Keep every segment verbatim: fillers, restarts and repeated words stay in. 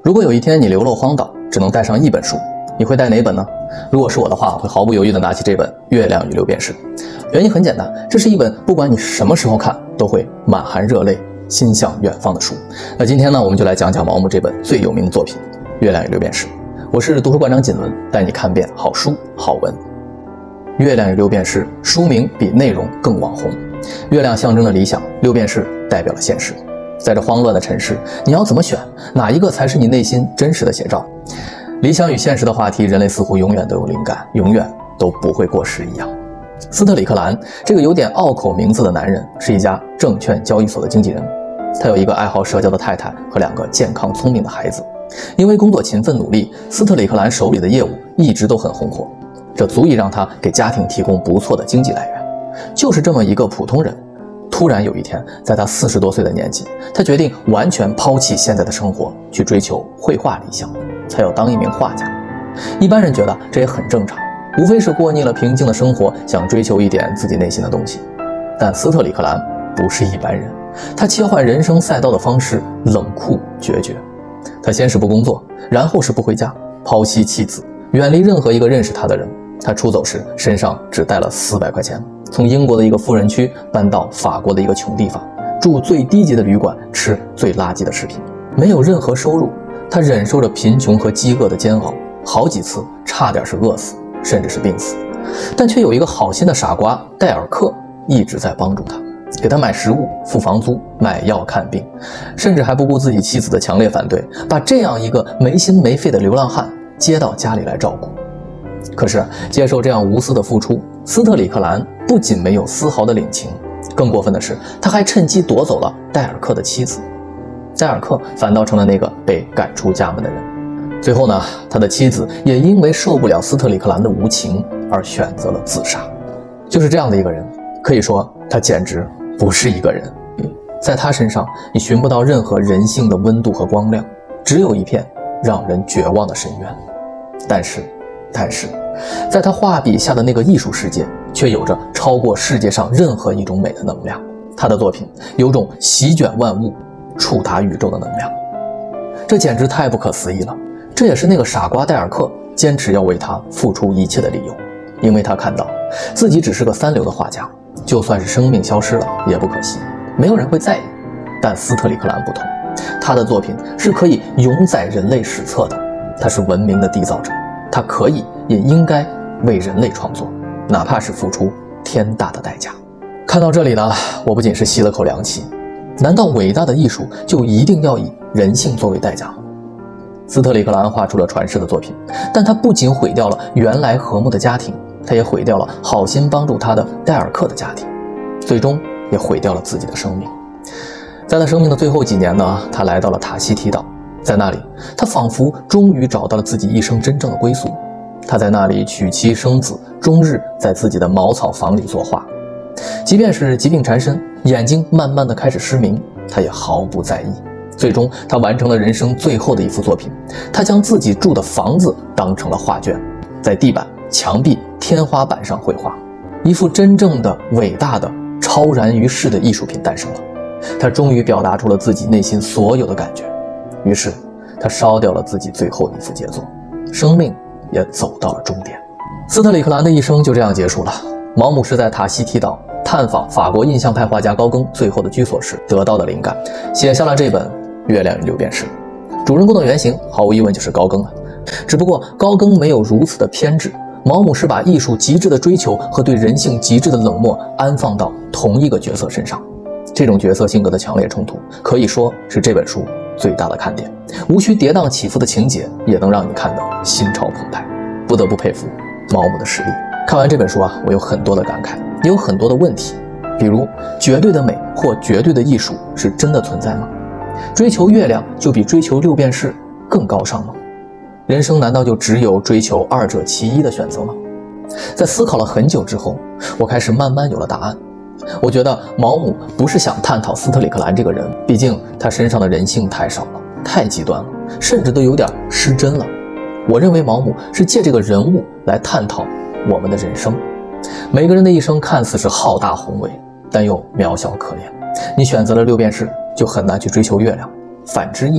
如果有一天你流落荒岛，只能带上一本书，你会带哪本呢？如果是我的话，我会毫不犹豫地拿起这本《月亮与六便士》。原因很简单，这是一本不管你什么时候看都会满含热泪、心向远方的书。那今天呢，我们就来讲讲毛姆这本最有名的作品《月亮与六便士》。我是图书馆长锦纶，带你看遍好书好文。《月亮与六便士》书名比内容更网红。月亮象征着理想，六便士代表了现实。在这慌乱的尘世，你要怎么选？哪一个才是你内心真实的写照？理想与现实的话题，人类似乎永远都有灵感，永远都不会过时一样。斯特里克兰这个有点拗口名字的男人，是一家证券交易所的经纪人。他有一个爱好社交的太太和两个健康聪明的孩子。因为工作勤奋努力，斯特里克兰手里的业务一直都很红火，这足以让他给家庭提供不错的经济来源。就是这么一个普通人，突然有一天，在他四十多岁的年纪，他决定完全抛弃现在的生活，去追求绘画理想。他要当一名画家。一般人觉得这也很正常，无非是过腻了平静的生活，想追求一点自己内心的东西。但斯特里克兰不是一般人，他切换人生赛道的方式冷酷决绝。他先是不工作，然后是不回家，抛妻弃子，远离任何一个认识他的人。他出走时身上只带了四百块钱，从英国的一个富人区搬到法国的一个穷地方，住最低级的旅馆，吃最垃圾的食品，没有任何收入。他忍受着贫穷和饥饿的煎熬，好几次差点是饿死，甚至是病死。但却有一个好心的傻瓜戴尔克一直在帮助他，给他买食物、付房租、买药看病，甚至还不顾自己妻子的强烈反对，把这样一个没心没肺的流浪汉接到家里来照顾。可是接受这样无私的付出，斯特里克兰不仅没有丝毫的领情，更过分的是，他还趁机夺走了戴尔克的妻子。戴尔克反倒成了那个被赶出家门的人。最后呢，他的妻子也因为受不了斯特里克兰的无情而选择了自杀。就是这样的一个人，可以说他简直不是一个人。在他身上，你寻不到任何人性的温度和光亮，只有一片让人绝望的深渊。但是，但是，在他画笔下的那个艺术世界，却有着超过世界上任何一种美的能量。他的作品有种席卷万物、触达宇宙的能量，这简直太不可思议了。这也是那个傻瓜戴尔克坚持要为他付出一切的理由，因为他看到自己只是个三流的画家，就算是生命消失了也不可惜，没有人会在意。但斯特里克兰不同，他的作品是可以永载人类史册的，他是文明的缔造者，他可以也应该为人类创作，哪怕是付出天大的代价。看到这里呢，我不仅是吸了口凉气，难道伟大的艺术就一定要以人性作为代价吗？斯特里克兰画出了传世的作品，但他不仅毁掉了原来和睦的家庭，他也毁掉了好心帮助他的戴尔克的家庭，最终也毁掉了自己的生命。在他生命的最后几年呢，他来到了塔希提岛，在那里，他仿佛终于找到了自己一生真正的归宿。他在那里娶妻生子，终日在自己的茅草房里作画。即便是疾病缠身，眼睛慢慢的开始失明，他也毫不在意。最终他完成了人生最后的一幅作品，他将自己住的房子当成了画卷，在地板、墙壁、天花板上绘画，一幅真正的伟大的超然于世的艺术品诞生了。他终于表达出了自己内心所有的感觉，于是他烧掉了自己最后的一幅杰作，生命也走到了终点。斯特里克兰的一生就这样结束了。毛姆是在塔希提岛探访法国印象派画家高更最后的居所时得到的灵感，写下了这本《月亮与六便士》。主人公的原型毫无疑问就是高更啊，只不过高更没有如此的偏执，毛姆是把艺术极致的追求和对人性极致的冷漠安放到同一个角色身上。这种角色性格的强烈冲突，可以说是这本书最大的看点。无需跌宕起伏的情节，也能让你看得心潮澎湃，不得不佩服毛姆的实力。看完这本书啊，我有很多的感慨，也有很多的问题，比如绝对的美或绝对的艺术是真的存在吗？追求月亮就比追求六便士更高尚吗？人生难道就只有追求二者其一的选择吗？在思考了很久之后，我开始慢慢有了答案。我觉得毛姆不是想探讨斯特里克兰这个人，毕竟他身上的人性太少了，太极端了，甚至都有点失真了。我认为毛姆是借这个人物来探讨我们的人生。每个人的一生看似是浩大宏伟，但又渺小可怜。你选择了六便士，就很难去追求月亮，反之亦然。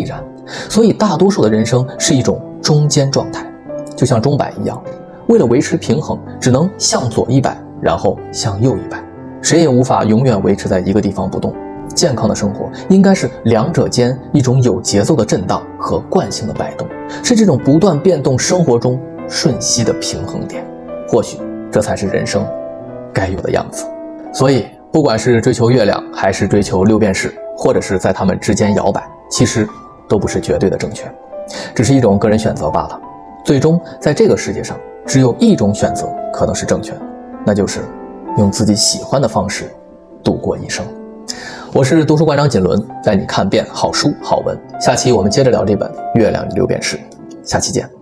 所以大多数的人生是一种中间状态，就像钟摆一样，为了维持平衡，只能向左一摆，然后向右一摆，谁也无法永远维持在一个地方不动。健康的生活应该是两者间一种有节奏的震荡和惯性的摆动，是这种不断变动生活中瞬息的平衡点。或许这才是人生该有的样子。所以不管是追求月亮，还是追求六便士，或者是在它们之间摇摆，其实都不是绝对的正确，只是一种个人选择罢了。最终在这个世界上，只有一种选择可能是正确的，那就是用自己喜欢的方式度过一生。我是读书馆长锦纶，带你看遍好书好文。下期我们接着聊这本《月亮与六便士》，下期见。